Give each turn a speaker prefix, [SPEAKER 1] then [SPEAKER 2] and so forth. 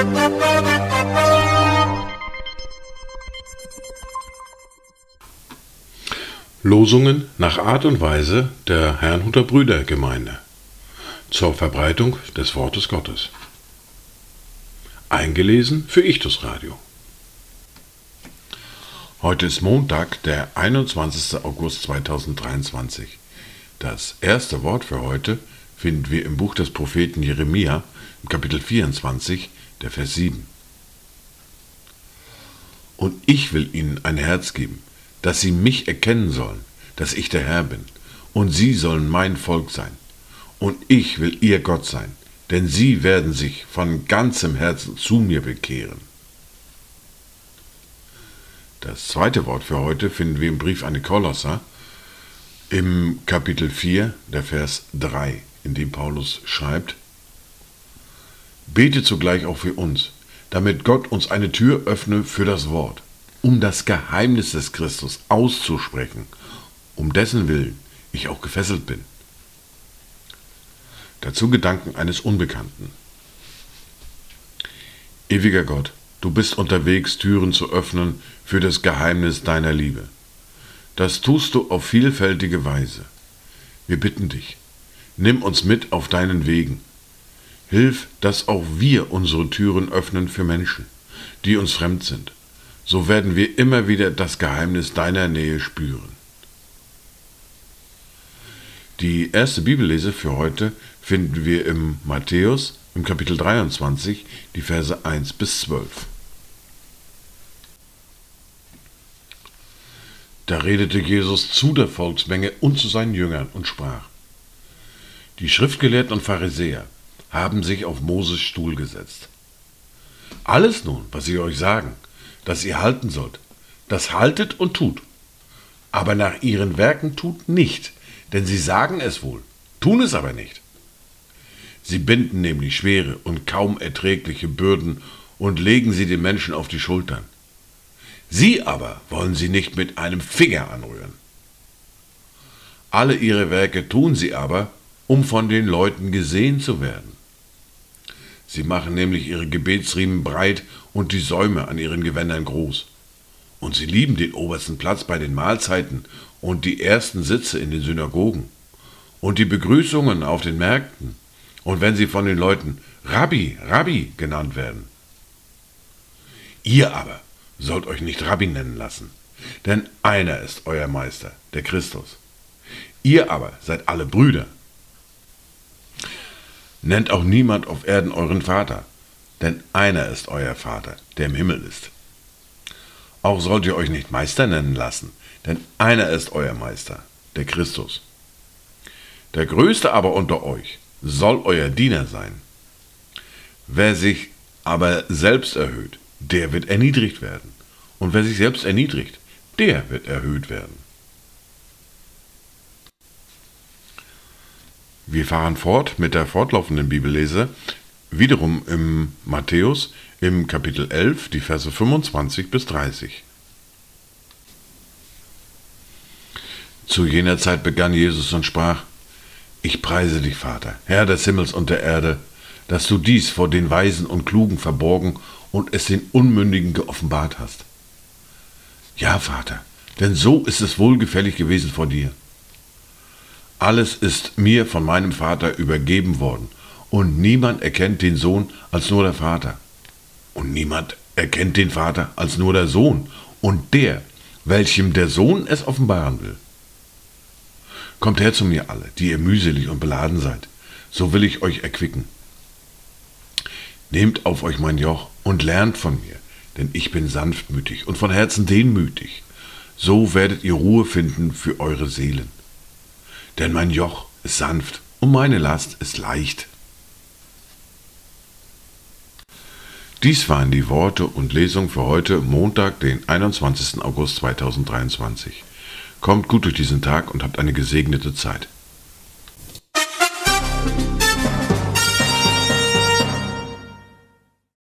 [SPEAKER 1] Losungen nach Art und Weise der Herrnhuter Brüdergemeinde zur Verbreitung des Wortes Gottes. Eingelesen für Ichtus Radio. Heute ist Montag, der 21. August 2023. Das erste Wort für heute finden wir im Buch des Propheten Jeremia, im Kapitel 24, der Vers 7. Und ich will ihnen ein Herz geben, dass sie mich erkennen sollen, dass ich der Herr bin, und sie sollen mein Volk sein, und ich will ihr Gott sein, denn sie werden sich von ganzem Herzen zu mir bekehren. Das zweite Wort für heute finden wir im Brief an die Kolosser, im Kapitel 4, der Vers 3, in dem Paulus schreibt: Betet zugleich auch für uns, damit Gott uns eine Tür öffne für das Wort, um das Geheimnis des Christus auszusprechen, um dessen Willen ich auch gefesselt bin. Dazu Gedanken eines Unbekannten. Ewiger Gott, du bist unterwegs, Türen zu öffnen für das Geheimnis deiner Liebe. Das tust du auf vielfältige Weise. Wir bitten dich, nimm uns mit auf deinen Wegen. Hilf, dass auch wir unsere Türen öffnen für Menschen, die uns fremd sind. So werden wir immer wieder das Geheimnis deiner Nähe spüren. Die erste Bibellese für heute finden wir im Matthäus, im Kapitel 23, die Verse 1 bis 12. Da redete Jesus zu der Volksmenge und zu seinen Jüngern und sprach: Die Schriftgelehrten und Pharisäer haben sich auf Moses Stuhl gesetzt. Alles nun, was sie euch sagen, dass ihr halten sollt, das haltet und tut. Aber nach ihren Werken tut nicht, denn sie sagen es wohl, tun es aber nicht. Sie binden nämlich schwere und kaum erträgliche Bürden und legen sie den Menschen auf die Schultern. Sie aber wollen sie nicht mit einem Finger anrühren. Alle ihre Werke tun sie aber, um von den Leuten gesehen zu werden. Sie machen nämlich ihre Gebetsriemen breit und die Säume an ihren Gewändern groß. Und sie lieben den obersten Platz bei den Mahlzeiten und die ersten Sitze in den Synagogen und die Begrüßungen auf den Märkten und wenn sie von den Leuten Rabbi, Rabbi genannt werden. Ihr aber sollt euch nicht Rabbi nennen lassen, denn einer ist euer Meister, der Christus. Ihr aber seid alle Brüder. Nennt auch niemand auf Erden euren Vater, denn einer ist euer Vater, der im Himmel ist. Auch sollt ihr euch nicht Meister nennen lassen, denn einer ist euer Meister, der Christus. Der Größte aber unter euch soll euer Diener sein. Wer sich aber selbst erhöht, der wird erniedrigt werden. Und wer sich selbst erniedrigt, der wird erhöht werden. Wir fahren fort mit der fortlaufenden Bibellese, wiederum im Matthäus, im Kapitel 11, die Verse 25 bis 30. Zu jener Zeit begann Jesus und sprach: Ich preise dich, Vater, Herr des Himmels und der Erde, dass du dies vor den Weisen und Klugen verborgen und es den Unmündigen geoffenbart hast. Ja, Vater, denn so ist es wohlgefällig gewesen vor dir. Alles ist mir von meinem Vater übergeben worden, und niemand erkennt den Sohn als nur der Vater. Und niemand erkennt den Vater als nur der Sohn, und der, welchem der Sohn es offenbaren will. Kommt her zu mir alle, die ihr mühselig und beladen seid, so will ich euch erquicken. Nehmt auf euch mein Joch und lernt von mir, denn ich bin sanftmütig und von Herzen demütig. So werdet ihr Ruhe finden für eure Seelen. Denn mein Joch ist sanft und meine Last ist leicht. Dies waren die Worte und Lesung für heute, Montag, den 21. August 2023. Kommt gut durch diesen Tag und habt eine gesegnete Zeit.